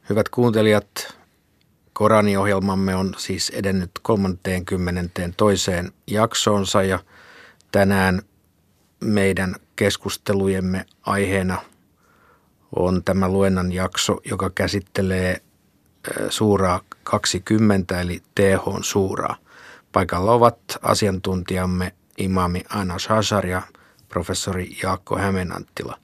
Hyvät kuuntelijat, Korani-ohjelmamme on siis edennyt 32. jaksoonsa ja tänään meidän keskustelujemme aiheena on tämä luennan jakso, joka käsittelee suuraa 20 eli TH:n suuraa. Paikalla ovat asiantuntijamme imaami Anas Hashar ja professori Jaakko Hämeenanttila.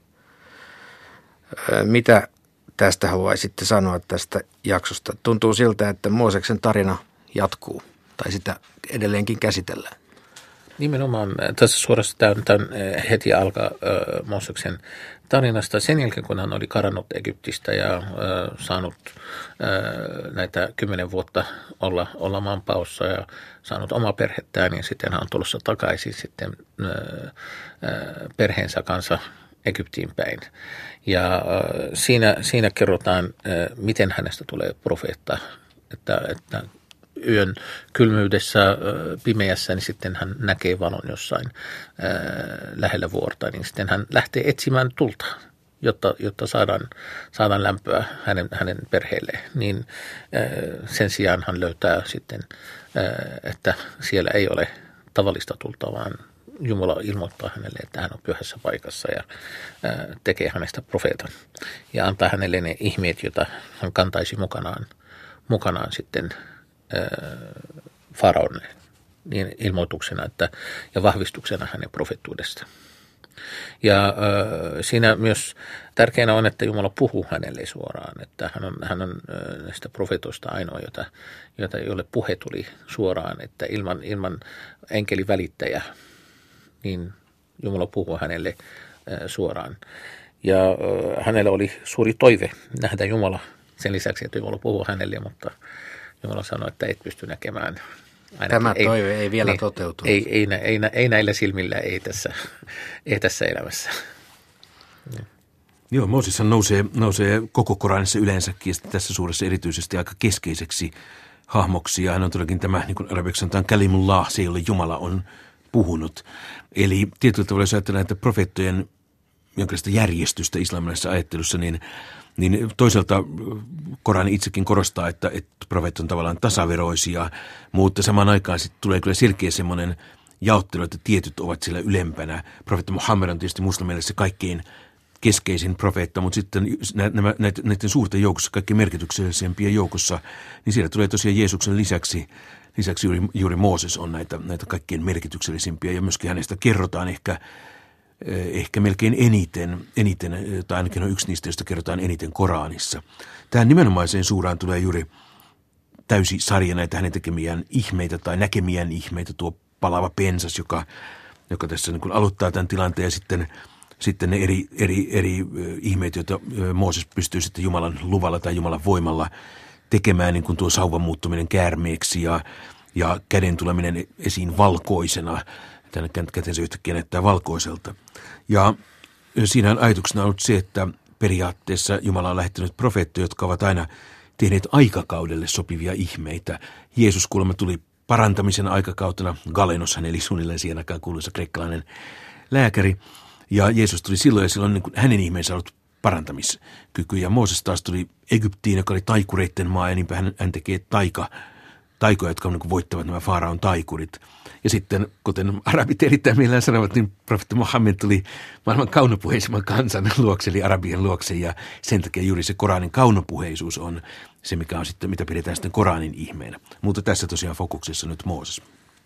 Mitä tästä haluaisitte sanoa tästä jaksosta? Tuntuu siltä, että Mooseksen tarina jatkuu tai sitä edelleenkin käsitellään. Nimenomaan tässä suorassa tämän heti alkaa Mooseksen tarinasta sen jälkeen, kun hän oli karannut Egyptistä ja saanut näitä 10 vuotta olla maanpaossa ja saanut omaa perhettään, niin sitten hän on tulossa takaisin sitten perheensä kanssa Egyptiin päin. Ja siinä kerrotaan, miten hänestä tulee profeetta, että yön kylmyydessä, pimeässä, niin sitten hän näkee valon jossain lähellä vuorta, niin sitten hän lähtee etsimään tulta, jotta saadaan lämpöä hänen perheelle. Niin sen sijaan hän löytää sitten, että siellä ei ole tavallista tulta, vaan Jumala ilmoittaa hänelle, että hän on pyhässä paikassa ja tekee hänestä profeetan ja antaa hänelle ne ihmeet, joita hän kantaisi mukanaan sitten Faraolle niin ilmoituksena ja vahvistuksena hänen profeettuudesta. Ja siinä myös tärkeänä on, että Jumala puhuu hänelle suoraan, että hän on näistä profeetoista ainoa, jolle puhe tuli suoraan, että ilman enkelivälittäjä, niin Jumala puhuu hänelle suoraan. Ja hänellä oli suuri toive nähdä Jumala sen lisäksi, että Jumala puhuu hänelle, mutta Jumala sanoi, että et pysty näkemään. Tämä toive ei vielä toteutunut. Ei näillä silmillä, ei tässä elämässä. Joo, Mooseshan nousee koko Koranissa yleensäkin ja tässä suuressa erityisesti aika keskeiseksi hahmoksi. Ja hän on todellakin tämä, niin kuin arabiksi sanotaan, kalimullah, se jolle Jumala on puhunut. Eli tietyllä tavalla, jos ajatellaan, että profeettojen jonkinlaista järjestystä islamilaisessa ajattelussa, niin toisaalta Korani itsekin korostaa, että profeetat on tavallaan tasaveroisia, mutta samaan aikaan sitten tulee kyllä selkeä semmoinen jaottelu, että tietyt ovat siellä ylempänä. Profeetta Muhammed on tietysti muslimille se kaikkein keskeisin profeetta, mutta sitten näiden suurten joukossa, kaikkein merkityksellisempien joukossa, niin siellä tulee tosiaan Jeesuksen lisäksi juuri Mooses on näitä kaikkein merkityksellisimpiä ja myöskin hänestä kerrotaan ehkä melkein eniten, tai ainakin on yksi niistä, joista kerrotaan eniten Koranissa. Tähän nimenomaiseen suuraan tulee juuri täysi sarja näitä hänen tekemiään ihmeitä tai näkemiään ihmeitä, tuo palava pensas, joka tässä niin kuin aloittaa tämän tilanteen ja sitten ne eri ihmeet, joita Mooses pystyy sitten Jumalan luvalla tai Jumalan voimalla tekemään, niin kuin tuo sauvan muuttuminen käärmeeksi ja käden tuleminen esiin valkoisena. Tänne kätensä yhtäkkiä näyttää valkoiselta. Ja siinä ajatuksena on ollut se, että periaatteessa Jumala on lähettänyt profeettoja, jotka ovat aina tehneet aikakaudelle sopivia ihmeitä. Jeesus kuulemma tuli parantamisen aikakautena, Galenoshan eli suunnilleen siihen aikaan kuuluisa kreikkalainen lääkäri. Ja Jeesus tuli silloin ja silloin niin kuin hänen ihmeensä ollut parantamiskyky. Ja Mooses taas tuli Egyptiin, joka oli taikureitten maa, ja niinpä hän tekee taikoja, jotka niin kuin voittavat nämä Faaraon taikurit. Ja sitten, kuten arabit erittäin mielellään sanovat, niin profeetta Muhammed tuli maailman kaunopuheisimman kansan luokse, eli arabien luokse, ja sen takia juuri se Koranin kaunopuheisuus on se, mikä on sitten, mitä pidetään sitten Koranin ihmeenä. Mutta tässä tosiaan fokuksessa nyt Mooses.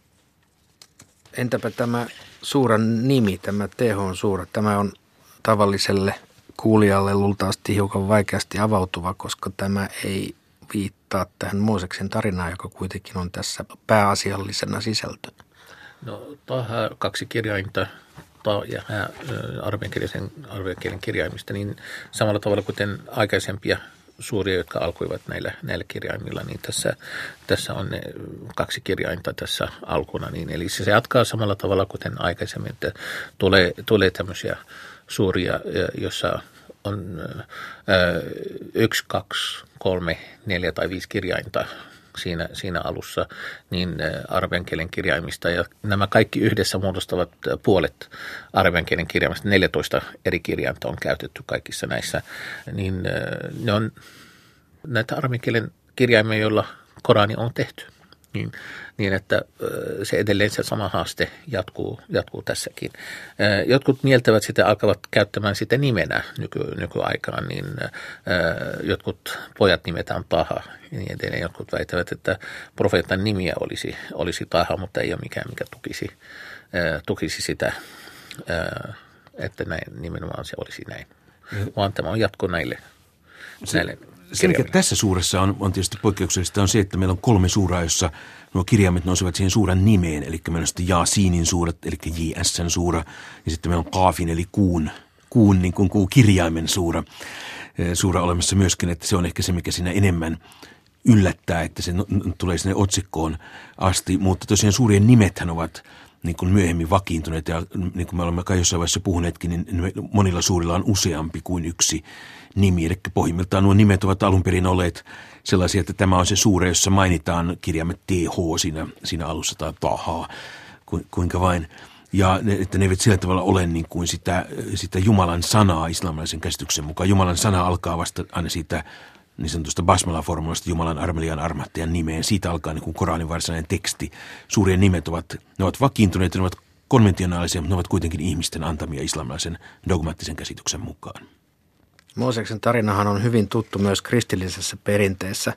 Entäpä tämä suuran nimi, tämä TH:n suura, tämä on tavalliselle kuulijalle luultavasti hiukan vaikeasti avautuva, koska tämä ei viittaa tähän Mooseksen tarinaan, joka kuitenkin on tässä pääasiallisena sisältönä. No, tähän 2 kirjainta ja arabian kielen kirjaimista, niin samalla tavalla kuten aikaisempia suuria, jotka alkoivat näillä kirjaimilla, niin tässä on ne 2 kirjainta tässä alkuna. Niin, eli se jatkaa samalla tavalla kuten aikaisemmin, että tulee tämmöisiä suuria, jossa on 1, 2, 3, 4 tai 5 kirjainta siinä alussa, niin arabian kielen kirjaimista. Ja nämä kaikki yhdessä muodostavat puolet arabian kielen kirjaimista. 14 eri kirjainta on käytetty kaikissa näissä. Niin ne on näitä arabikielen kirjaimia, joilla Korani on tehty. Niin että se edelleen se sama haaste jatkuu tässäkin. Jotkut mieltävät sitä, alkavat käyttämään sitä nimenä nykyaikaan, niin jotkut pojat nimetään Taha. Ja niin edelleen jotkut väittävät, että profeetan nimiä olisi Taha, mutta ei ole mikään, mikä tukisi sitä, että näin, nimenomaan se olisi näin. Vaan tämä on jatko näille se, mikä tässä suuressa on tietysti poikkeuksellista, on se, että meillä on 3 suuraa, jossa nuo kirjaimet nousevat siihen suuran nimeen. Eli meillä on sitten Jaasinin suurat, eli JS:n suura, ja sitten meillä on Kaafin, eli kuun niin kuin kirjaimen suura olemassa myöskin, että se on ehkä se, mikä siinä enemmän yllättää, että se tulee sinne otsikkoon asti. Mutta tosiaan suurien nimethän ovat niin kuin myöhemmin vakiintuneet, ja niin kuin me olemme kai jossain vaiheessa puhuneetkin, niin monilla suurilla on useampi kuin yksi nimi. Eli pohjimmiltaan nuo nimet ovat alun perin olleet sellaisia, että tämä on se suure, jossa mainitaan kirjaimet TH siinä alussa tai Taha, kuinka vain. Ja että ne eivät sillä tavalla ole niin kuin sitä Jumalan sanaa islamilaisen käsityksen mukaan. Jumalan sana alkaa vasta aina siitä niin sanotusta basmala-formulasta Jumalan armelijan armahtajan nimeen. Siitä alkaa niin kuin Koranin varsinainen teksti. Suurien nimet ne ovat vakiintuneet, ne ovat konventionaalisia, mutta ne ovat kuitenkin ihmisten antamia islamilaisen dogmaattisen käsityksen mukaan. Mooseksen tarinahan on hyvin tuttu myös kristillisessä perinteessä,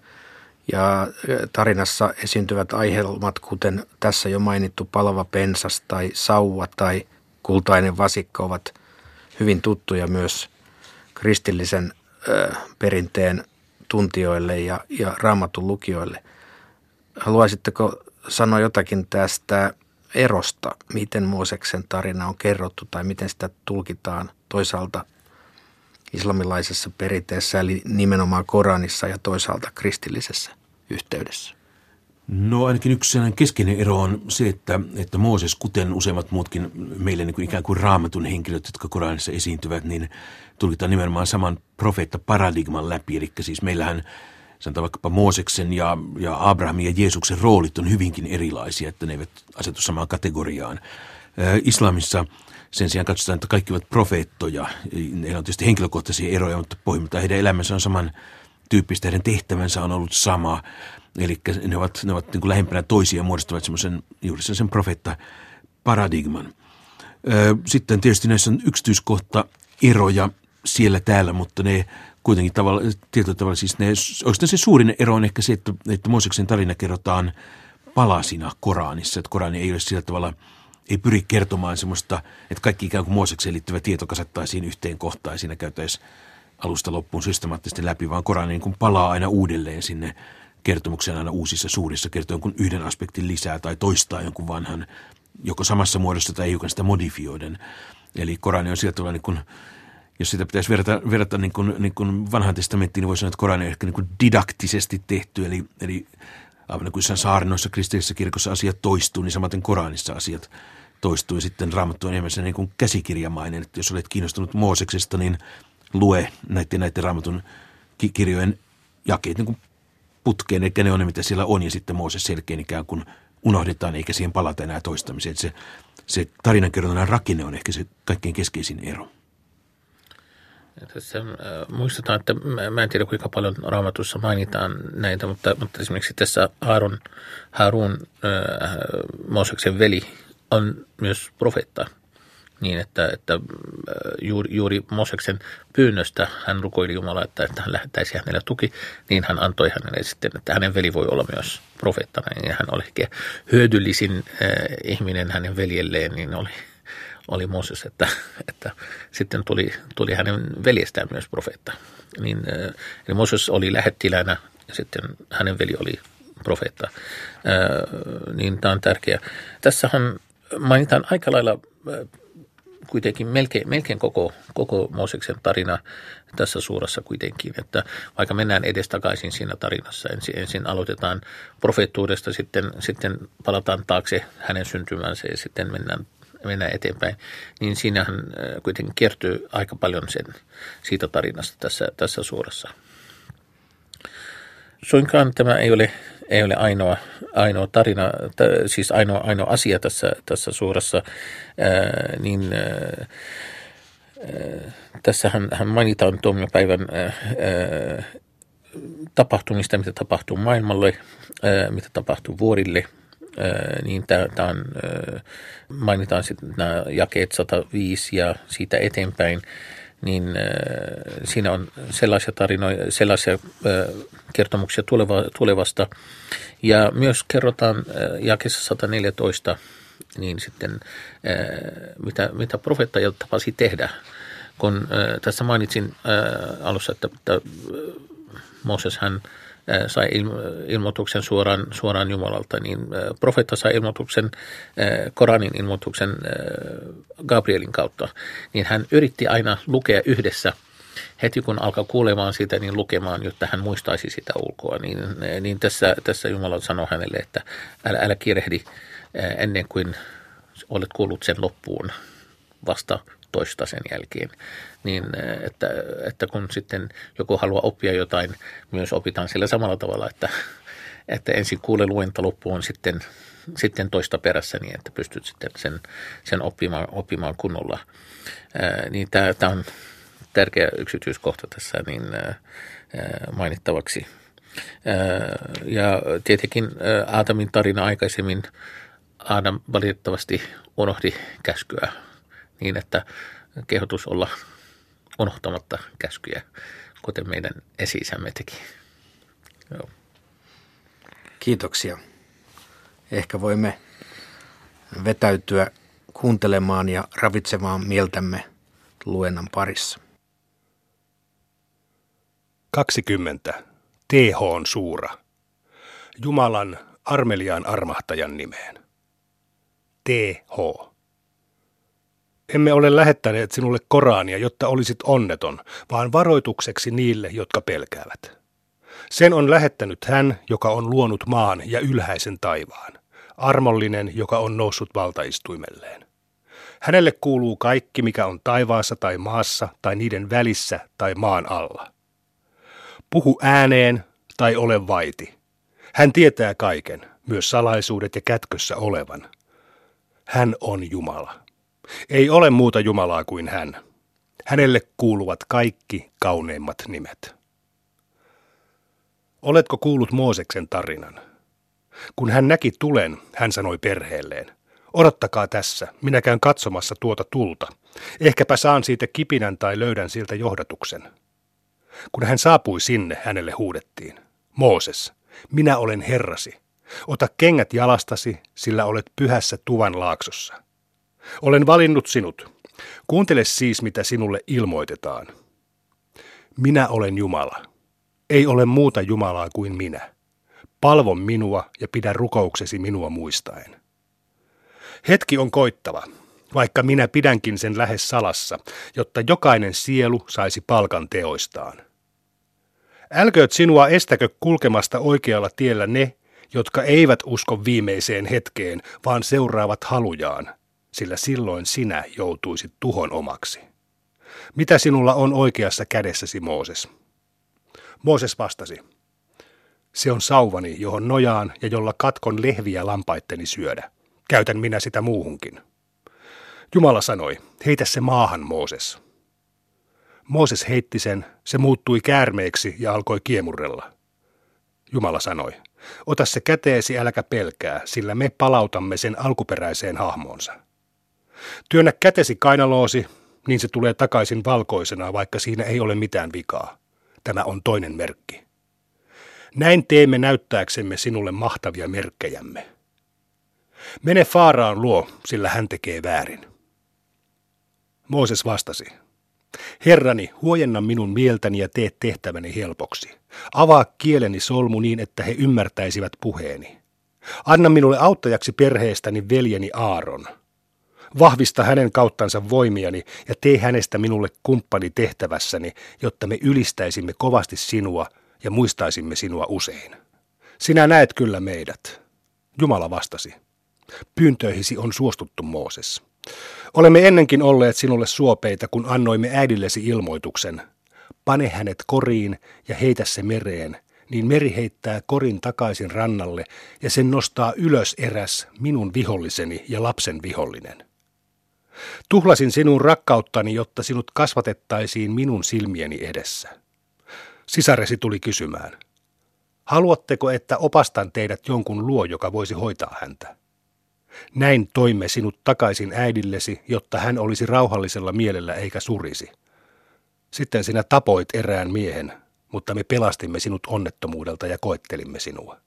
ja tarinassa esiintyvät aihelmat, kuten tässä jo mainittu palava pensas tai sauva tai kultainen vasikka, ovat hyvin tuttuja myös kristillisen perinteen tuntijoille ja Raamatun lukijoille. Haluaisitteko sanoa jotakin tästä erosta, miten Mooseksen tarina on kerrottu tai miten sitä tulkitaan toisaalta islamilaisessa perinteessä, eli nimenomaan Koranissa, ja toisaalta kristillisessä yhteydessä? No ainakin yksi sellainen keskeinen ero on se, että Mooses, kuten useimmat muutkin meille niin kuin ikään kuin Raamatun henkilöt, jotka Koranissa esiintyvät, niin tulkitaan nimenomaan saman profeettaparadigman läpi. Eli siis meillähän sanotaan vaikkapa Mooseksen ja Abrahamin ja Jeesuksen roolit on hyvinkin erilaisia, että ne eivät asetu samaan kategoriaan. Islamissa sen sijaan katsotaan, että kaikki ovat profeettoja. Heillä on tietysti henkilökohtaisia eroja, mutta pohjimmiltaan heidän elämänsä on saman tyyppistä, heidän tehtävänsä on ollut sama. Eli ne ovat niin kuin lähempänä toisia ja muodostavat juuri sen profeettaparadigman. Sitten tietysti näissä on yksityiskohtaeroja siellä täällä, mutta ne kuitenkin tietyllä tavalla siis oikeastaan se suurin ero on ehkä se, että Mooseksen tarina kerrotaan palasina Koranissa. Että Korani ei ole sillä tavalla, ei pyri kertomaan semmoista, että kaikki ikään kuin Moosekseen liittyvä tieto kasattaisiin yhteen kohtaan ja siinä käytäisiin alusta loppuun systemaattisesti läpi, vaan Korani niin kuin palaa aina uudelleen sinne kertomuksen aina uusissa suurissa, kertoo jonkun yhden aspektin lisää tai toistaa jonkun vanhan, joko samassa muodossa tai hiukan sitä modifioiden. Eli Korani on sillä tavalla, niin kuin, jos sitä pitäisi verrata niin kuin vanhaan testamenttiin, niin voisi sanoa, että Korani on ehkä niin kuin didaktisesti tehty, eli aivan kuin jossain saarnoissa kristillisessä kirkossa asiat toistuu, niin samaten Koranissa asiat toistuu. Ja sitten Raamattu on enemmän niin kuin käsikirjamainen, että jos olet kiinnostunut Mooseksesta, niin lue näiden Raamatun kirjojen jakeet niin kuin putkeen, eikä ne on ne, mitä siellä on, ja sitten Mooses selkeän ikään kuin unohdetaan, eikä siihen palata enää toistamiseen. Se tarinankerronnan rakenne on ehkä se kaikkein keskeisin ero. Tässä muistetaan, että mä en tiedä kuinka paljon Raamatussa mainitaan näitä, mutta esimerkiksi tässä Harun, Mooseksen veli, on myös profeetta. Niin, että juuri Mooseksen pyynnöstä hän rukoili Jumalaa, että hän lähettäisi hänelle tuki, niin hän antoi hänelle sitten, että hänen veli voi olla myös profeettana. Ja hän oli ehkä hyödyllisin ihminen hänen veljelleen, niin oli Mooses, että sitten tuli hänen veljestään myös profeetta. Eli Mooses oli lähettilänä ja sitten hänen veli oli profeetta. Niin tämä on tärkeää. Tässähän mainitaan aika lailla kuitenkin melkein koko Mooseksen tarina tässä suurassa kuitenkin, että vaikka mennään edestakaisin siinä tarinassa, ensin aloitetaan profeettuudesta, sitten palataan taakse hänen syntymänsä ja sitten mennään eteenpäin, niin siinähän kuitenkin kertyy aika paljon siitä tarinasta tässä suurassa. Suinkaan tämä ei ole ainoa tarina, siis ainoa asia tässä suurassa, niin tässähän mainitaan tuomiopäivän tapahtumista, mitä tapahtuu maailmalle, mitä tapahtuu vuorille, niin tämä on, mainitaan sitten nämä jakeet 105 ja siitä eteenpäin, niin siinä on sellaisia tarinoita, sellaisia kertomuksia tulevasta. Ja myös kerrotaan jakeessa 114, niin sitten mitä profeetta tapasi tehdä. Kun tässä mainitsin alussa, että Mooses hän sai ilmoituksen suoraan Jumalalta, niin profeetta sai ilmoituksen, Koranin ilmoituksen Gabrielin kautta. Niin hän yritti aina lukea yhdessä, heti kun alkaa kuulemaan sitä, niin lukemaan, jotta hän muistaisi sitä ulkoa. Niin tässä Jumala sanoi hänelle, että älä kiirehdi ennen kuin olet kuullut sen loppuun vasta toista sen jälkeen, niin että kun sitten joku haluaa oppia jotain, myös opitaan sillä samalla tavalla, että ensin kuule luenta loppuun, sitten toista perässä, niin että pystyt sitten sen oppimaan kunnolla. Niin tämä on tärkeä yksityiskohta tässä niin mainittavaksi. Ja tietenkin Aadamin tarina aikaisemmin, Aadam valitettavasti unohti käskyä, niin että kehotus olla unohtamatta käskyjä, kuten meidän esi-isämme teki. Joo. Kiitoksia. Ehkä voimme vetäytyä kuuntelemaan ja ravitsemaan mieltämme luennan parissa. 20. TH:n suura. Jumalan armeliaan armahtajan nimeen. TH. Emme ole lähettäneet sinulle Korania, jotta olisit onneton, vaan varoitukseksi niille, jotka pelkäävät. Sen on lähettänyt hän, joka on luonut maan ja ylhäisen taivaan, armollinen, joka on noussut valtaistuimelleen. Hänelle kuuluu kaikki, mikä on taivaassa tai maassa tai niiden välissä tai maan alla. Puhu ääneen tai ole vaiti. Hän tietää kaiken, myös salaisuudet ja kätkössä olevan. Hän on Jumala. Ei ole muuta Jumalaa kuin hän. Hänelle kuuluvat kaikki kauneimmat nimet. Oletko kuullut Mooseksen tarinan? Kun hän näki tulen, hän sanoi perheelleen, odottakaa tässä, minä käyn katsomassa tuota tulta. Ehkäpä saan siitä kipinän tai löydän siltä johdatuksen. Kun hän saapui sinne, hänelle huudettiin, Mooses, minä olen Herrasi. Ota kengät jalastasi, sillä olet pyhässä tuvan laaksossa. Olen valinnut sinut. Kuuntele siis, mitä sinulle ilmoitetaan. Minä olen Jumala. Ei ole muuta Jumalaa kuin minä. Palvo minua ja pidä rukouksesi minua muistaen. Hetki on koittava, vaikka minä pidänkin sen lähes salassa, jotta jokainen sielu saisi palkan teoistaan. Älkööt sinua estäkö kulkemasta oikealla tiellä ne, jotka eivät usko viimeiseen hetkeen, vaan seuraavat halujaan, sillä silloin sinä joutuisit tuhon omaksi. Mitä sinulla on oikeassa kädessäsi, Mooses? Mooses vastasi, se on sauvani, johon nojaan ja jolla katkon lehviä lampaitteni syödä. Käytän minä sitä muuhunkin. Jumala sanoi, heitä se maahan, Mooses. Mooses heitti sen, se muuttui käärmeeksi ja alkoi kiemurrella. Jumala sanoi, ota se käteesi, äläkä pelkää, sillä me palautamme sen alkuperäiseen hahmoonsa. Työnnä kätesi kainaloosi, niin se tulee takaisin valkoisena, vaikka siinä ei ole mitään vikaa. Tämä on toinen merkki. Näin teemme näyttääksemme sinulle mahtavia merkkejämme. Mene Faaraan luo, sillä hän tekee väärin. Mooses vastasi, Herrani, huojenna minun mieltäni ja tee tehtäväni helpoksi. Avaa kieleni solmu niin, että he ymmärtäisivät puheeni. Anna minulle auttajaksi perheestäni veljeni Aaron. Vahvista hänen kauttansa voimiani ja tee hänestä minulle kumppani tehtävässäni, jotta me ylistäisimme kovasti sinua ja muistaisimme sinua usein. Sinä näet kyllä meidät. Jumala vastasi. Pyyntöihisi on suostuttu, Mooses. Olemme ennenkin olleet sinulle suopeita, kun annoimme äidillesi ilmoituksen. Pane hänet koriin ja heitä se mereen, niin meri heittää korin takaisin rannalle ja sen nostaa ylös eräs minun viholliseni ja lapsen vihollinen. Tuhlasin sinun rakkauttani, jotta sinut kasvatettaisiin minun silmieni edessä. Sisaresi tuli kysymään, Haluatteko, että opastan teidät jonkun luo, joka voisi hoitaa häntä? Näin toimme sinut takaisin äidillesi, jotta hän olisi rauhallisella mielellä eikä surisi. Sitten sinä tapoit erään miehen, mutta me pelastimme sinut onnettomuudelta ja koettelimme sinua.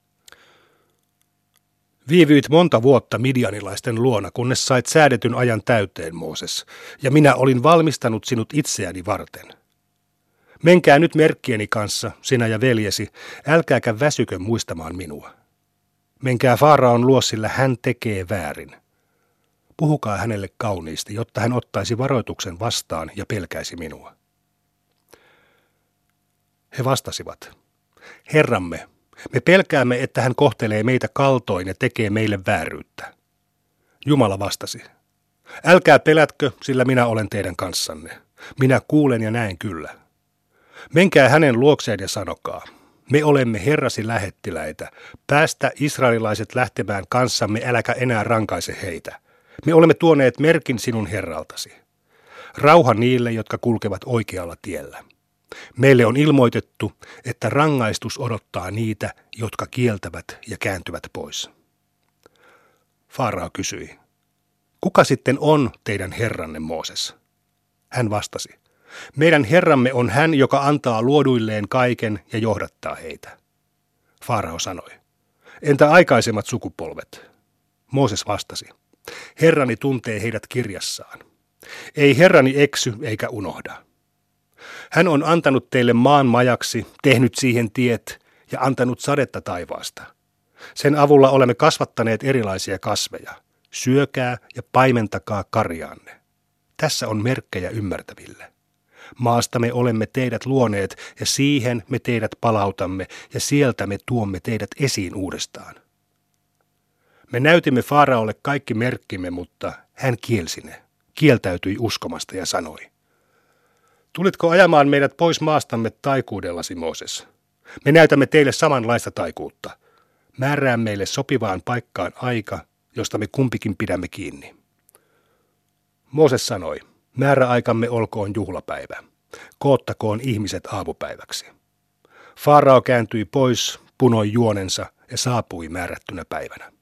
Viivyit monta vuotta midianilaisten luona, kunnes sait säädetyn ajan täyteen, Mooses, ja minä olin valmistanut sinut itseäni varten. Menkää nyt merkkieni kanssa, sinä ja veljesi, älkääkä väsykö muistamaan minua. Menkää Faaraon luo, sillä hän tekee väärin. Puhukaa hänelle kauniisti, jotta hän ottaisi varoituksen vastaan ja pelkäisi minua. He vastasivat, Herramme, me pelkäämme, että hän kohtelee meitä kaltoin ja tekee meille vääryyttä. Jumala vastasi, älkää pelätkö, sillä minä olen teidän kanssanne. Minä kuulen ja näen kyllä. Menkää hänen luokseen ja sanokaa, me olemme Herrasi lähettiläitä. Päästä israelilaiset lähtemään kanssamme, äläkä enää rankaise heitä. Me olemme tuoneet merkin sinun Herraltasi. Rauha niille, jotka kulkevat oikealla tiellä. Meille on ilmoitettu, että rangaistus odottaa niitä, jotka kieltävät ja kääntyvät pois. Faarao kysyi, kuka sitten on teidän herranne, Mooses? Hän vastasi, meidän herramme on hän, joka antaa luoduilleen kaiken ja johdattaa heitä. Faarao sanoi, entä aikaisemmat sukupolvet? Mooses vastasi, Herrani tuntee heidät kirjassaan. Ei Herrani eksy eikä unohda. Hän on antanut teille maan majaksi, tehnyt siihen tiet ja antanut sadetta taivaasta. Sen avulla olemme kasvattaneet erilaisia kasveja. Syökää ja paimentakaa karjaanne. Tässä on merkkejä ymmärtäville. Maasta me olemme teidät luoneet ja siihen me teidät palautamme ja sieltä me tuomme teidät esiin uudestaan. Me näytimme Faaraolle kaikki merkkimme, mutta hän kielsi ne, kieltäytyi uskomasta ja sanoi, tulitko ajamaan meidät pois maastamme taikuudellasi, Mooses? Me näytämme teille samanlaista taikuutta. Määrää meille sopivaan paikkaan aika, josta me kumpikin pidämme kiinni. Mooses sanoi, määräaikamme olkoon juhlapäivä. Koottakoon ihmiset aamupäiväksi. Faarao kääntyi pois, punoi juonensa ja saapui määrättynä päivänä.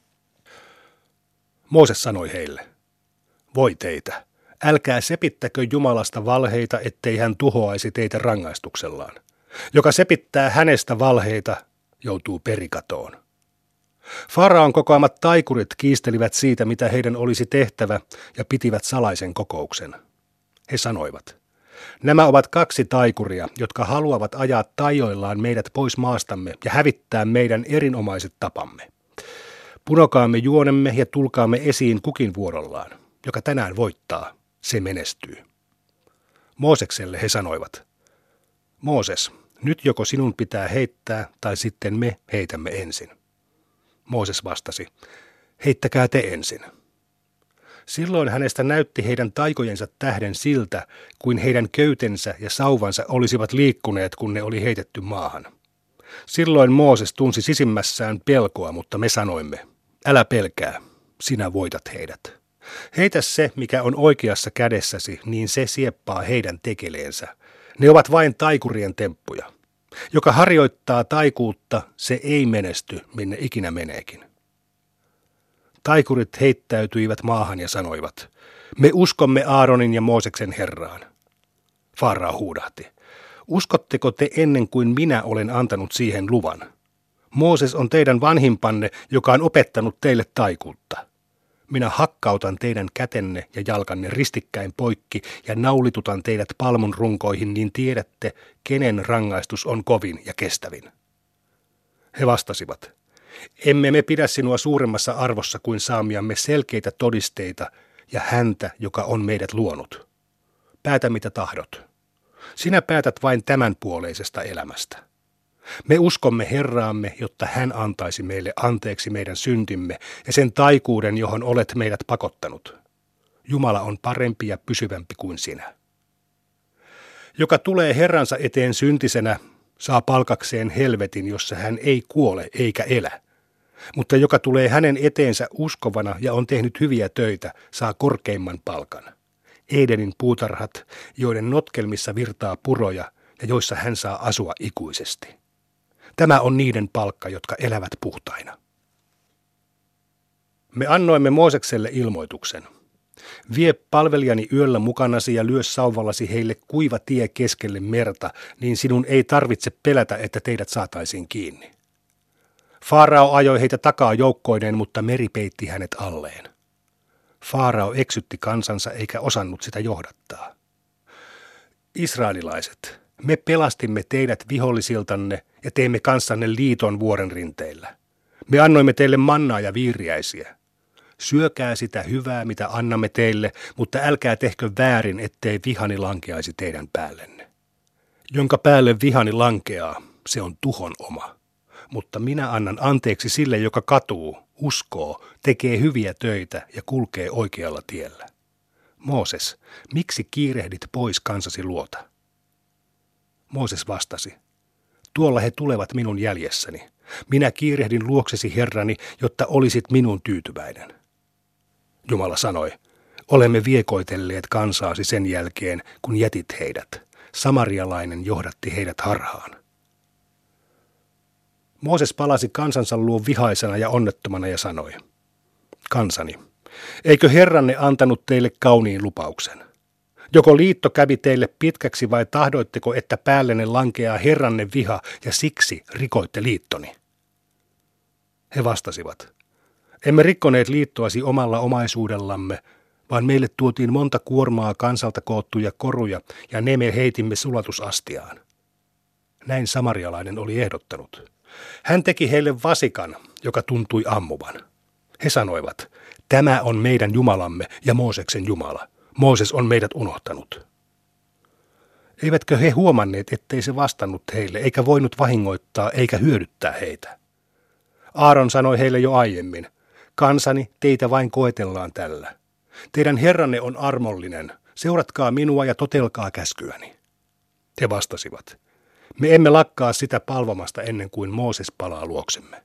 Mooses sanoi heille, voi teitä, älkää sepittäkö Jumalasta valheita, ettei hän tuhoaisi teitä rangaistuksellaan. Joka sepittää hänestä valheita, joutuu perikatoon. Faraon kokoamat taikurit kiistelivät siitä, mitä heidän olisi tehtävä, ja pitivät salaisen kokouksen. He sanoivat, nämä ovat 2 taikuria, jotka haluavat ajaa taioillaan meidät pois maastamme ja hävittää meidän erinomaiset tapamme. Punokaamme juonemme ja tulkaamme esiin kukin vuorollaan. Joka tänään voittaa, se menestyy. Moosekselle he sanoivat, Mooses, nyt joko sinun pitää heittää tai sitten me heitämme ensin. Mooses vastasi, heittäkää te ensin. Silloin hänestä näytti heidän taikojensa tähden siltä, kuin heidän köytensä ja sauvansa olisivat liikkuneet, kun ne oli heitetty maahan. Silloin Mooses tunsi sisimmässään pelkoa, mutta me sanoimme, älä pelkää, sinä voitat heidät. Heitä se, mikä on oikeassa kädessäsi, niin se sieppaa heidän tekeleensä. Ne ovat vain taikurien temppuja. Joka harjoittaa taikuutta, se ei menesty, minne ikinä meneekin. Taikurit heittäytyivät maahan ja sanoivat, me uskomme Aaronin ja Mooseksen Herraan. Faarao huudahti, uskotteko te ennen kuin minä olen antanut siihen luvan? Mooses on teidän vanhimpanne, joka on opettanut teille taikuutta. Minä hakkautan teidän kätenne ja jalkanne ristikkäin poikki ja naulitutan teidät palmun runkoihin, niin tiedätte, kenen rangaistus on kovin ja kestävin. He vastasivat, emme me pidä sinua suuremmassa arvossa kuin saamiamme selkeitä todisteita ja häntä, joka on meidät luonut. Päätä mitä tahdot. Sinä päätät vain tämän puoleisesta elämästä. Me uskomme Herraamme, jotta hän antaisi meille anteeksi meidän syntimme ja sen taikuuden, johon olet meidät pakottanut. Jumala on parempi ja pysyvämpi kuin sinä. Joka tulee Herransa eteen syntisenä, saa palkakseen helvetin, jossa hän ei kuole eikä elä. Mutta joka tulee hänen eteensä uskovana ja on tehnyt hyviä töitä, saa korkeimman palkan. Edenin puutarhat, joiden notkelmissa virtaa puroja ja joissa hän saa asua ikuisesti. Tämä on niiden palkka, jotka elävät puhtaina. Me annoimme Moosekselle ilmoituksen. Vie palvelijani yöllä mukanasi ja lyö sauvallasi heille kuiva tie keskelle merta, niin sinun ei tarvitse pelätä, että teidät saataisiin kiinni. Faarao ajoi heitä takaa joukkoineen, mutta meri peitti hänet alleen. Faarao eksytti kansansa eikä osannut sitä johdattaa. Israelilaiset, me pelastimme teidät vihollisiltanne ja teimme kanssanne liiton vuoren rinteillä. Me annoimme teille mannaa ja viiriäisiä. Syökää sitä hyvää, mitä annamme teille, mutta älkää tehkö väärin, ettei vihani lankeaisi teidän päällenne. Jonka päälle vihani lankeaa, se on tuhon oma. Mutta minä annan anteeksi sille, joka katuu, uskoo, tekee hyviä töitä ja kulkee oikealla tiellä. Mooses, miksi kiirehdit pois kansasi luota? Mooses vastasi, tuolla he tulevat minun jäljessäni. Minä kiirehdin luoksesi, Herrani, jotta olisit minun tyytyväinen. Jumala sanoi, olemme viekoitelleet kansaasi sen jälkeen, kun jätit heidät. Samarialainen johdatti heidät harhaan. Mooses palasi kansansa luo vihaisena ja onnettomana ja sanoi, kansani, eikö Herranne antanut teille kauniin lupauksen? Joko liitto kävi teille pitkäksi vai tahdoitteko, että päällenne lankeaa Herranne viha ja siksi rikoitte liittoni? He vastasivat, emme rikkoneet liittoasi omalla omaisuudellamme, vaan meille tuotiin monta kuormaa kansalta koottuja koruja ja ne me heitimme sulatusastiaan. Näin samarialainen oli ehdottanut. Hän teki heille vasikan, joka tuntui ammuvan. He sanoivat, tämä on meidän Jumalamme ja Mooseksen Jumala. Mooses on meidät unohtanut. Eivätkö he huomanneet, ettei se vastannut heille, eikä voinut vahingoittaa eikä hyödyttää heitä? Aaron sanoi heille jo aiemmin, kansani, teitä vain koetellaan tällä. Teidän Herranne on armollinen, seuratkaa minua ja totelkaa käskyäni. He vastasivat, me emme lakkaa sitä palvomasta ennen kuin Mooses palaa luoksemme.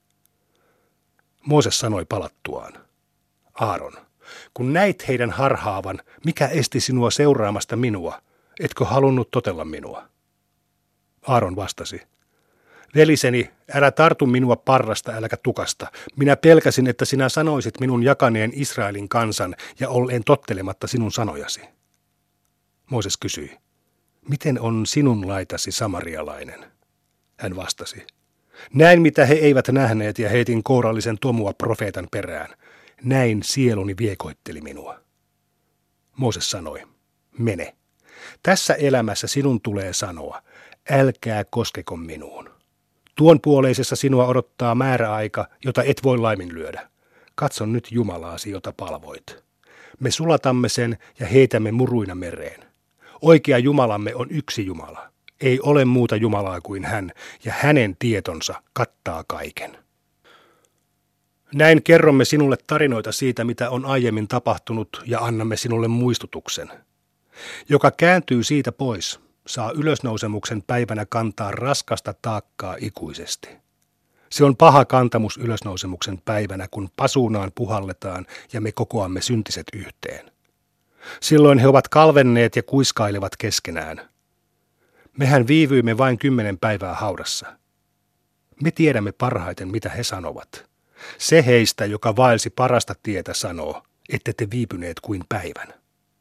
Mooses sanoi palattuaan, Aaron, kun näit heidän harhaavan, mikä esti sinua seuraamasta minua, etkö halunnut totella minua? Aaron vastasi, veliseni, älä tartu minua parrasta äläkä tukasta. Minä pelkäsin, että sinä sanoisit minun jakaneen Israelin kansan ja olleen tottelematta sinun sanojasi. Mooses kysyi, miten on sinun laitasi samarialainen? Hän vastasi, näin mitä he eivät nähneet ja heitin kourallisen tomua profeetan perään. Näin sieluni viekoitteli minua. Mooses sanoi, mene. Tässä elämässä sinun tulee sanoa, älkää koskeko minuun. Tuon puoleisessa sinua odottaa määräaika, jota et voi laiminlyödä. Katso nyt Jumalaasi, jota palvoit. Me sulatamme sen ja heitämme muruina mereen. Oikea Jumalamme on yksi Jumala. Ei ole muuta Jumalaa kuin hän, ja hänen tietonsa kattaa kaiken. Näin kerromme sinulle tarinoita siitä, mitä on aiemmin tapahtunut, ja annamme sinulle muistutuksen. Joka kääntyy siitä pois, saa ylösnousemuksen päivänä kantaa raskasta taakkaa ikuisesti. Se on paha kantamus ylösnousemuksen päivänä, kun pasuunaan puhalletaan ja me kokoamme syntiset yhteen. Silloin he ovat kalvenneet ja kuiskailevat keskenään. Mehän viivyimme vain 10 päivää haudassa. Me tiedämme parhaiten, mitä he sanovat. Se heistä, joka vaelsi parasta tietä, sanoo, ette te viipyneet kuin päivän.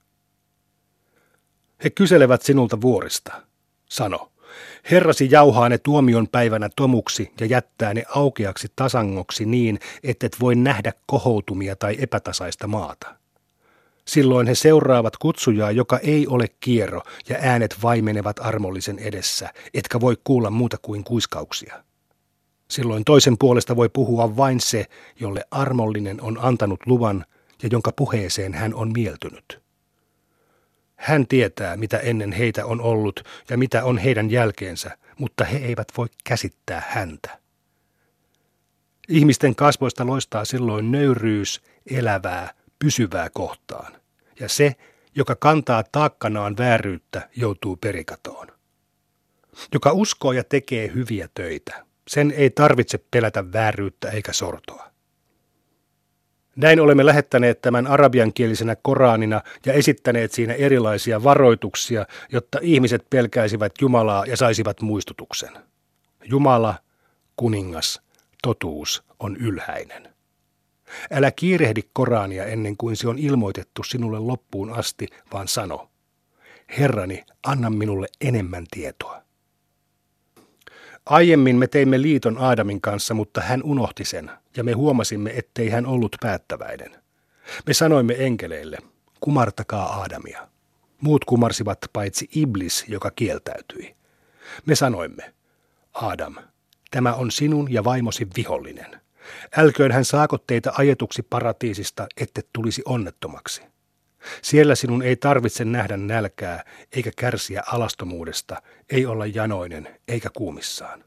He kyselevät sinulta vuorista. Sano, Herrasi jauhaa ne tuomion päivänä tomuksi ja jättää ne aukeaksi tasangoksi niin, ettet voi nähdä kohoutumia tai epätasaista maata. Silloin he seuraavat kutsujaa, joka ei ole kierro, ja äänet vaimenevat armollisen edessä, etkä voi kuulla muuta kuin kuiskauksia. Silloin toisen puolesta voi puhua vain se, jolle armollinen on antanut luvan ja jonka puheeseen hän on mieltynyt. Hän tietää, mitä ennen heitä on ollut ja mitä on heidän jälkeensä, mutta he eivät voi käsittää häntä. Ihmisten kasvoista loistaa silloin nöyryys elävää, pysyvää kohtaan, ja se, joka kantaa taakkanaan vääryyttä, joutuu perikatoon. Joka uskoo ja tekee hyviä töitä, sen ei tarvitse pelätä vääryyttä eikä sortoa. Näin olemme lähettäneet tämän arabiankielisenä Koranina ja esittäneet siinä erilaisia varoituksia, jotta ihmiset pelkäisivät Jumalaa ja saisivat muistutuksen. Jumala, kuningas, totuus on ylhäinen. Älä kiirehdi Korania ennen kuin se on ilmoitettu sinulle loppuun asti, vaan sano, Herrani, anna minulle enemmän tietoa. Aiemmin me teimme liiton Aadamin kanssa, mutta hän unohti sen, ja me huomasimme, ettei hän ollut päättäväinen. Me sanoimme enkeleille, kumartakaa Aadamia. Muut kumarsivat paitsi Iblis, joka kieltäytyi. Me sanoimme, Aadam, tämä on sinun ja vaimosi vihollinen. Älköön hän saako teitä ajetuksi paratiisista, ette tulisi onnettomaksi. Siellä sinun ei tarvitse nähdä nälkää, eikä kärsiä alastomuudesta, ei olla janoinen, eikä kuumissaan.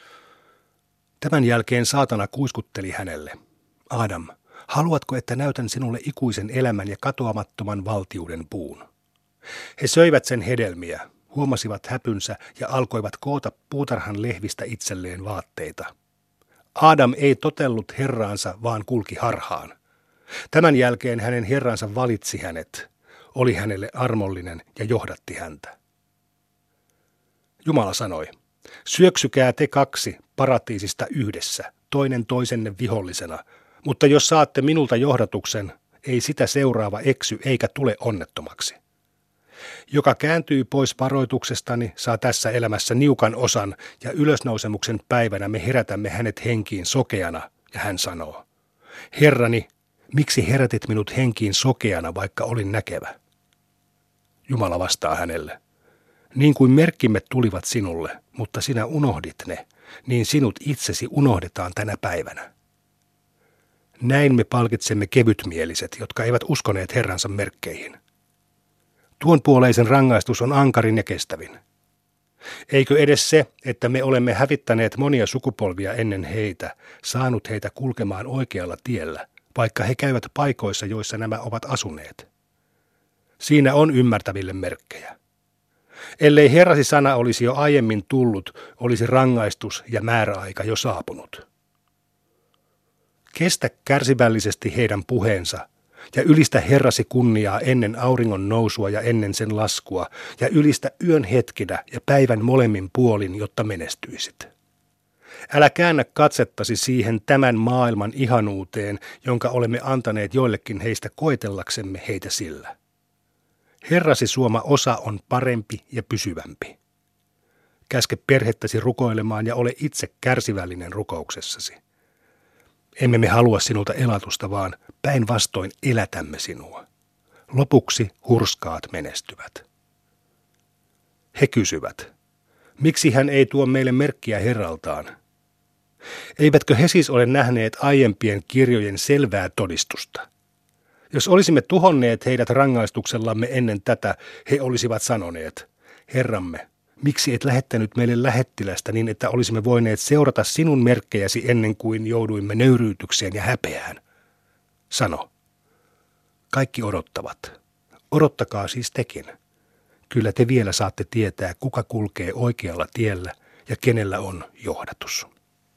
Tämän jälkeen saatana kuiskutteli hänelle, Adam, haluatko, että näytän sinulle ikuisen elämän ja katoamattoman valtiuden puun? He söivät sen hedelmiä, huomasivat häpynsä ja alkoivat koota puutarhan lehvistä itselleen vaatteita. Adam ei totellut herraansa, vaan kulki harhaan. Tämän jälkeen hänen herransa valitsi hänet, oli hänelle armollinen ja johdatti häntä. Jumala sanoi, syöksykää te kaksi paratiisista yhdessä, toinen toisenne vihollisena, mutta jos saatte minulta johdatuksen, ei sitä seuraava eksy eikä tule onnettomaksi. Joka kääntyy pois varoituksestani, saa tässä elämässä niukan osan, ja ylösnousemuksen päivänä me herätämme hänet henkiin sokeana, ja hän sanoo, Herrani, miksi herätit minut henkiin sokeana, vaikka olin näkevä? Jumala vastaa hänelle, niin kuin merkkimme tulivat sinulle, mutta sinä unohdit ne, niin sinut itsesi unohdetaan tänä päivänä. Näin me palkitsemme kevytmieliset, jotka eivät uskoneet Herransa merkkeihin. Tuon puoleisen rangaistus on ankarin ja kestävin. Eikö edes se, että me olemme hävittäneet monia sukupolvia ennen heitä, saanut heitä kulkemaan oikealla tiellä, vaikka he käyvät paikoissa, joissa nämä ovat asuneet? Siinä on ymmärtäville merkkejä. Ellei Herrasi sana olisi jo aiemmin tullut, olisi rangaistus ja määräaika jo saapunut. Kestä kärsivällisesti heidän puheensa ja ylistä Herrasi kunniaa ennen auringon nousua ja ennen sen laskua ja ylistä yön hetkinä ja päivän molemmin puolin, jotta menestyisit. Älä käännä katsettasi siihen tämän maailman ihanuuteen, jonka olemme antaneet joillekin heistä koetellaksemme heitä sillä. Herrasi suoma osa on parempi ja pysyvämpi. Käske perhettäsi rukoilemaan ja ole itse kärsivällinen rukouksessasi. Emme me halua sinulta elatusta, vaan päinvastoin elätämme sinua. Lopuksi hurskaat menestyvät. He kysyvät, miksi hän ei tuo meille merkkiä Herraltaan? Eivätkö he siis ole nähneet aiempien kirjojen selvää todistusta? Jos olisimme tuhonneet heidät rangaistuksellamme ennen tätä, he olisivat sanoneet, Herramme, miksi et lähettänyt meille lähettilästä niin, että olisimme voineet seurata sinun merkkejäsi ennen kuin jouduimme nöyryytykseen ja häpeään? Sano, kaikki odottavat. Odottakaa siis tekin. Kyllä te vielä saatte tietää, kuka kulkee oikealla tiellä ja kenellä on johdatus.